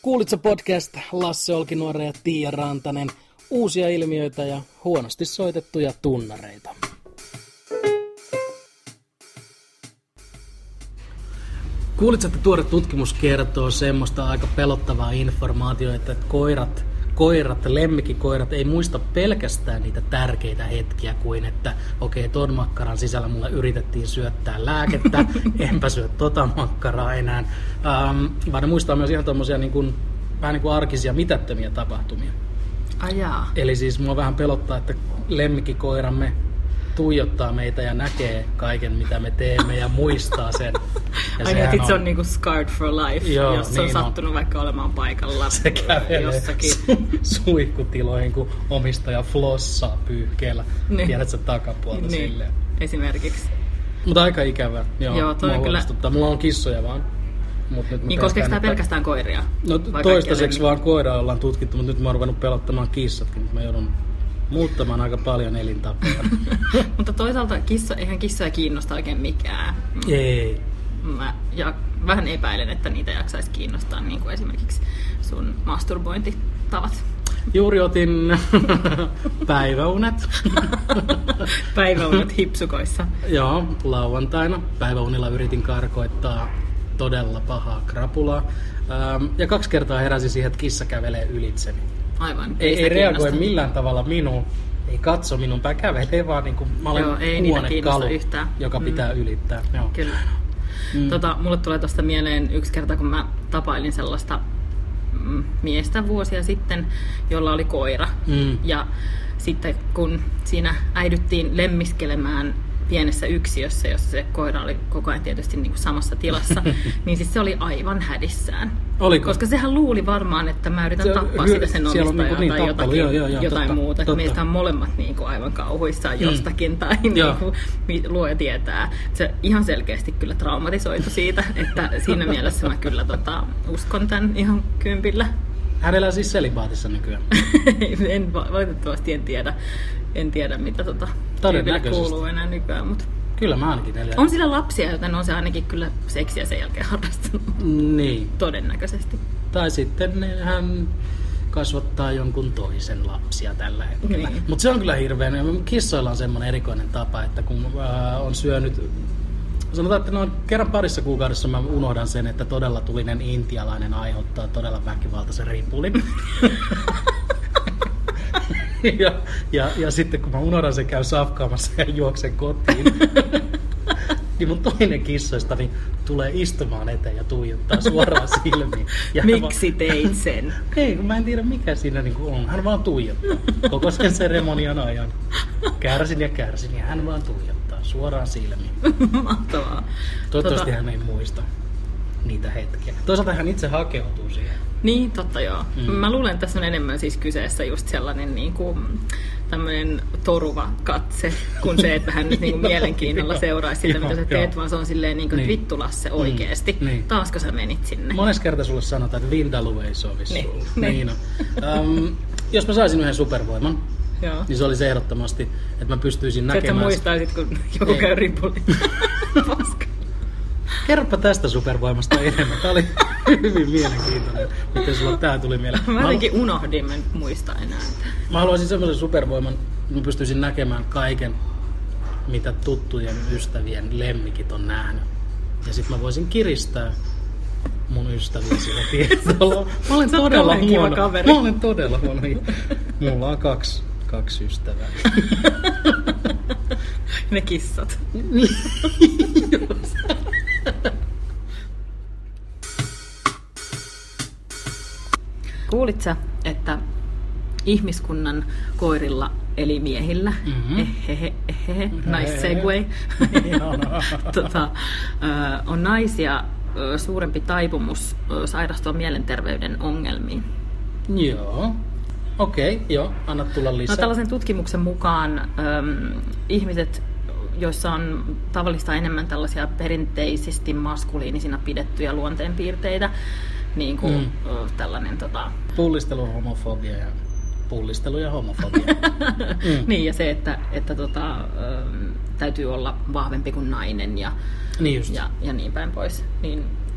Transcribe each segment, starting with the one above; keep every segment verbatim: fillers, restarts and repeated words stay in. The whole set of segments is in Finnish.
Kuulitko podcast Lasse Olkinuore ja Tiia Rantanen, uusia ilmiöitä ja huonosti soitettuja tunnareita. Kuulitko, että tuore tutkimus kertoo semmoista aika pelottavaa informaatiota, että koirat, koirat, lemmikkikoirat ei muista pelkästään niitä tärkeitä hetkiä kuin, että okei, okay, ton makkaran sisällä mulle yritettiin syöttää lääkettä, enpä syö tota makkaraa enää, ähm, vaan ne muistaa myös ihan tommosia niin kuin, vähän niin kuin arkisia mitättömiä tapahtumia. Ajaa. Eli siis mua vähän pelottaa, että lemmikkikoiramme tuijottaa meitä ja näkee kaiken, mitä me teemme ja muistaa sen. Ja Ai että se on niinku scarred for life, joo, jos se niin on sattunut on. Vaikka olemaan paikalla se kävelee jossakin. Su- suihkutiloihin, kun omistaja flossaa pyyhkeellä. Niin. Tiedätkö takapuolta niin. silleen. Esimerkiksi. Mutta aika ikävä. Joo, joo toi on kyllä. Mulla on kissoja vaan. Mut nyt niin koskeeko tämä pelkästään koiria? No toistaiseksi vaan koiraa ollaan tutkittu, mutta nyt mä oon ruvennut pelottamaan kissatkin. Mä joudun muuttamaan aika paljon elintapoja. Mutta toisaalta kissa, eihän kissoja kiinnosta oikein mikään. Ei. Mä ja vähän epäilen, että niitä jaksaisi kiinnostaa, niin kuin esimerkiksi sun masturbointitavat. Juuri otin päiväunet. Päiväunet hipsukoissa. Joo, lauantaina. Päiväunilla yritin karkoittaa todella pahaa krapulaa. Ähm, ja kaksi kertaa heräsin siihen, että kissa kävelee ylitseni. Aivan. Ei, ei reagoi millään tavalla minuun. Ei katso minun pää, kävelee vaan niin kuin mä olen joo, ei huonekalu, yhtään. joka pitää mm. ylittää. Joo. Kyllä. Mm. Tota, mulle tulee tuosta mieleen yksi kerta, kun mä tapailin sellaista mm, miestä vuosia sitten, jolla oli koira. Mm. Ja sitten kun siinä äidyttiin lemmiskelemään pienessä yksiössä, jossa se koira oli koko ajan tietysti niin kuin samassa tilassa, niin siis se oli aivan hädissään. Oliko? Koska sehän luuli varmaan, että mä yritän se, tappaa hy- sitä sen omistajaa niin niin, tai tappelu. jotakin, joo, joo, joo, jotain totta, muuta. Totta. Meistä on molemmat niin kuin aivan kauhuissaan mm. jostakin tai niin kuin, luoja tietää. Se ihan selkeästi kyllä traumatisoitu siitä, että siinä mielessä mä kyllä tota, uskon tämän ihan kympillä. Hänellä on siis selibaatissa nykyään. en, valitettavasti en tiedä. En tiedä, mitä tota tyypille kuuluu enää nykyään, mutta kyllä mä ainakin neljä. On sillä lapsia, joten on se ainakin kyllä seksiä sen jälkeen harrastanut. Niin. Todennäköisesti. Tai sitten hän kasvattaa jonkun toisen lapsia tällä hetkellä. Niin. Mutta se on kyllä hirveän. Kissoilla on semmoinen erikoinen tapa, että kun äh, on syönyt, sanotaan, että noin kerran parissa kuukaudessa mä unohdan sen, että todella tulinen intialainen aiheuttaa todella väkivaltaisen ripulin. Ja, ja, ja sitten kun mä unohdan sen, käy safkaamassa ja juoksen kotiin, niin mun toinen kissoista niin tulee istumaan eteen ja tuijottaa suoraan silmiin. Ja miksi teit sen? Ei, kun mä en tiedä mikä siinä niin on. Hän vaan tuijottaa koko sen seremonian ajan. Kärsin ja kärsin ja hän vaan tuijottaa suoraan silmiin. Mahtavaa. Toivottavasti tota... hän ei muista niitä hetkiä. Toisaalta hän itse hakeutuu siihen. Niin, totta joo. Mm. Mä luulen, että tässä on enemmän siis kyseessä just sellainen niin kuin, tämmöinen toruva katse, kuin se, että hän nyt niin kuin mielenkiinnolla seuraisi sitä, mitä sä teet, vaan se on silleen, niin kuin, että vittu Lasse oikeesti. Mm. Niin. Taasko sä menit sinne? Mones kerta sulle sanotaan, että Vindaloo ei sovi niin. sulle. Niin. Niin um, jos mä saisin yhden supervoiman, joo. niin se olisi ehdottomasti, että mä pystyisin se, näkemään... Se, että muistaisit, kun joku ei. käy ripuli. Paska. Kerropa tästä supervoimasta enemmän. Tämä oli hyvin mielenkiintoinen, miten sulla tää tuli mieleen. Mä jotenkin unohdin, mä nyt muista enää. Mä haluaisin semmoisen supervoiman, että mä pystyisin näkemään kaiken, mitä tuttujen ystävien lemmikit on nähnyt. Ja sit mä voisin kiristää mun ystäviä sillä tietolla. Mä olen todella huono. Kaveri. Mä olen todella huono. Mulla on kaksi, kaksi ystävää. Ne kissat. Kuulit sä, että ihmiskunnan koirilla eli miehillä, mm-hmm. ehehe, ehehe, nice segue, tota, on naisia suurempi taipumus sairastua mielenterveyden ongelmiin? Joo. Okei, okay, joo. Anna tulla lisää. No, tällaisen tutkimuksen mukaan äm, ihmiset, joissa on tavallista enemmän tällaisia perinteisesti maskuliinisina pidettyjä luonteenpiirteitä, niin kuin mm. tällainen... Tota... Pullistelu, homofobia ja pullistelu ja homofobia. mm. Niin, ja se, että, että tota, äm, täytyy olla vahvempi kuin nainen ja niin, ja, ja niin päin pois. Niin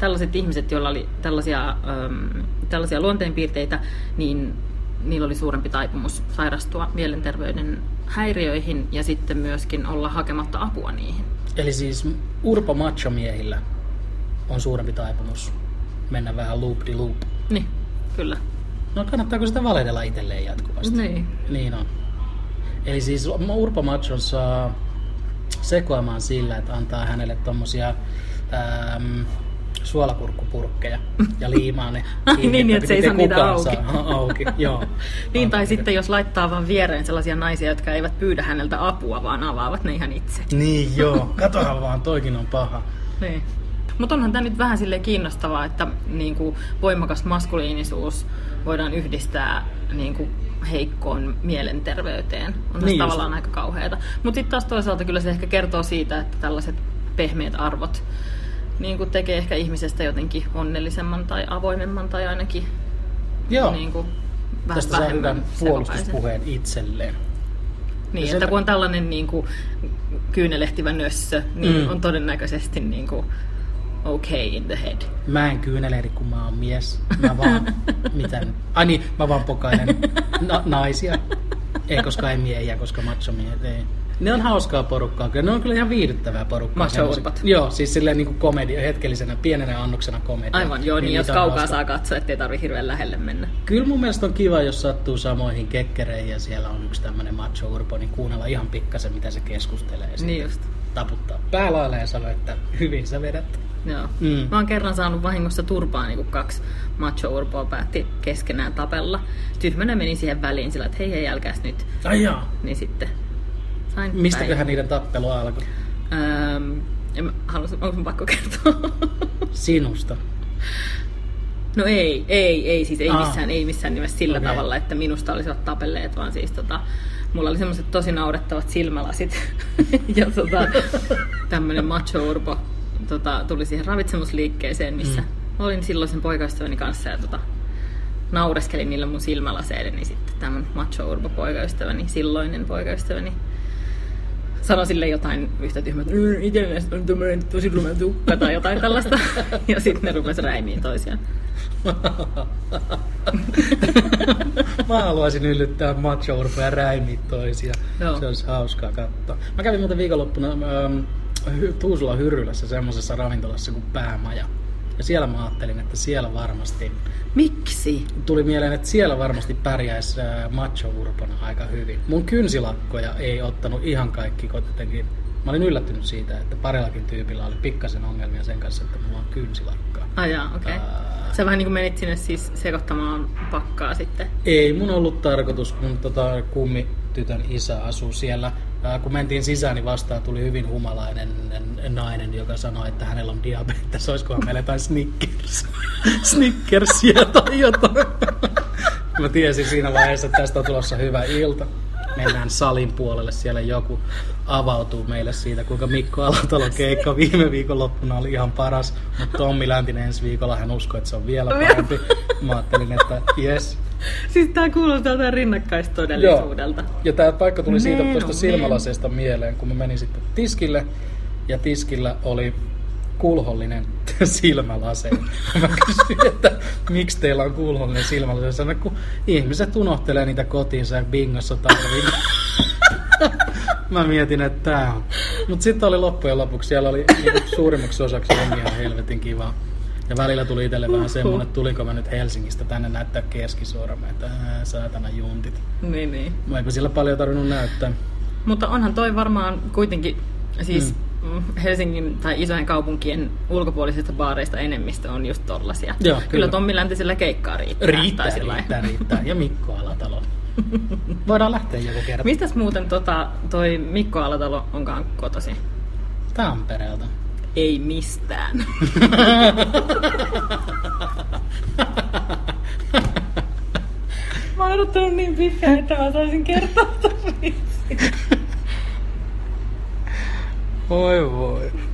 tällaiset ihmiset, joilla oli tällaisia, äm, tällaisia luonteenpiirteitä, niin niillä oli suurempi taipumus sairastua mielenterveyden häiriöihin ja sitten myöskin olla hakematta apua niihin. Eli siis urpo machomiehillä on suurempi taipumus mennä vähän loop de loop. Niin, kyllä. No kannattaako sitä valehdella itselleen jatkuvasti? Niin. Niin on. Eli siis urpo machon saa sekoamaan sillä, että antaa hänelle tommosia ähm, suolakurkkupurkkeja ja liimaa ne kiinni, niin, että se ei saa niitä auki. Saa auki. Joo. Niin, tai sitten jos laittaa vaan viereen sellaisia naisia, jotka eivät pyydä häneltä apua, vaan avaavat ne ihan itse. Niin joo, katohan vaan, toikin on paha. Niin. Mutta onhan tämä nyt vähän silleen kiinnostavaa, että niinku voimakas maskuliinisuus voidaan yhdistää niinku heikkoon mielenterveyteen. On niin tavallaan just aika kauheata. Mutta sitten taas toisaalta kyllä se ehkä kertoo siitä, että tällaiset pehmeät arvot niin tekee ehkä ihmisestä jotenkin onnellisemman tai avoimemman tai ainakin niin kuin vähän tästä vähemmän saa puolustuspuheen itselleen. Niin, sen että kun on tällainen niin kuin kyynelehtivä nössö, niin mm. on todennäköisesti niin kuin okay in the head. Mä en kyynelehdi, kun mä oon mies. Mä vaan, miten? Ai niin, mä vaan pokailen na- naisia. Ei koskaan miehiä, koska machomiehet ei. Ne on hauskaa porukkaa, kyllä ne on kyllä ihan viihdyttävää porukkaa. Macho-urpat. Joo, siis silleen niin kuin komedia, hetkellisenä, pienenä annoksena komedia. Aivan, joo, niin, niin jos kaukaa hauska saa katsoa, ettei tarvi hirveän lähelle mennä. Kyllä mun mielestä on kiva, jos sattuu samoihin kekkereihin ja siellä on yksi tämmönen macho-urpo, niin kuunnella ihan pikkasen, mitä se keskustelee. Ja niin just. Taputtaa päälaille ja sanoo, että hyvin sä vedät. Joo. Mm. Mä oon kerran saanut vahingossa turpaa, niin kun kaksi macho-urpoa päätti keskenään tapella. Tyhmänä meni siihen väliin sillä, että hei hei, älkääs nyt. Ai jaa. Niin sitten mistäköhän niiden tappelu alkoi? Öö, haluaisin, onko mun pakko kertoa? Sinusta? No ei, ei, ei siis ei missään, ei missään nimessä sillä okay. tavalla, että minusta olisivat tapelleet, vaan siis tota, mulla oli semmoiset tosi naurettavat silmälasit ja tota, tämmönen macho-urpo tota, tuli siihen ravitsemusliikkeeseen, missä mm. olin silloisen poikaystäväni kanssa ja tota, naureskelin niillä mun silmälaseille, niin sitten tämän macho-urpo poikaystäväni, silloinen poikaystäväni, sanoi sille jotain yhtä tyhmää, että itsellesi on tämmöinen tosi rumea tukka tai jotain tällaista. Ja sitten ne rupesi räimiin toisiaan. Mä haluaisin yllyttää macho-urpoja räimiin toisiaan. Joo. Se olisi hauskaa katsoa. Mä kävin muuten viikonloppuna ähm, Tuusulan Hyrylässä semmoisessa ravintolassa kuin Päämaja. Ja siellä mä ajattelin, että siellä varmasti... Miksi? Tuli mieleen, että siellä varmasti pärjäisi macho-urpona aika hyvin. Mun kynsilakkoja ei ottanut ihan kaikki jotenkin. Mä olin yllättynyt siitä, että parillakin tyypillä oli pikkasen ongelmia sen kanssa, että mulla on kynsilakkaa. Ai jaa, okei. Okay. Uh, Sä vähän niin kuin menit sinne siis sekoittamaan pakkaa sitten. Ei mun ollut tarkoitus, kun tota, kummitytön isä asuu siellä. Uh, kun mentiin sisään, niin vastaan tuli hyvin humalainen nainen, joka sanoi, että hänellä on diabetes. Olisikohan meillä jotain Snickers. Snickersia tai jotain. Mä tiesin siinä vaiheessa, että tästä on tulossa hyvä ilta. Mennään salin puolelle, siellä joku avautuu meille siitä, kuinka Mikko Alatalon keikka viime viikonloppuna oli ihan paras, mutta Tommi Läntinen ensi viikolla hän uskoi, että se on vielä parempi. Mä ajattelin, että jes. Siis tää kuulostaa jotain rinnakkaistodellisuudelta. Joo. Ja tää paikka tuli siitä tuosta silmälaseesta mieleen, kun mä menin sitten tiskille, ja tiskillä oli kulhollinen silmälase. Mä kysyin, että miksi teillä on kulhollinen silmälase. Sanoin, kun ihmiset unohtelee niitä kotiinsa ja bingossa tarvii. Mä mietin, että tää on. Mut sitten oli loppujen lopuksi, siellä oli niinku suurimmaksi osaksi on ihan helvetin kiva. Ja välillä tuli itselle vähän semmonen, että tulinko mä nyt Helsingistä tänne näyttää keskisormen, että ää, saatana juntit. Niin, niin. Mä eipä sillä paljon tarvinnut näyttää. Mutta onhan toi varmaan kuitenkin, siis mm. Helsingin tai isojen kaupunkien ulkopuolisista baareista enemmistö on just tollasia. Joo, kyllä. Kyllä Tommi Läntisellä keikkaa riittää. Riittää, riittää, riittää. Ja Mikko Alatalo. Voidaan lähteä joku kerta. Mistäs muuten tota, toi Mikko Alatalo onkaan kotosi? Tampereelta. Ei mistään. Mä oon odottanut niin pitkään, että mä saisin kertoa tämän vitsin. Voi voi.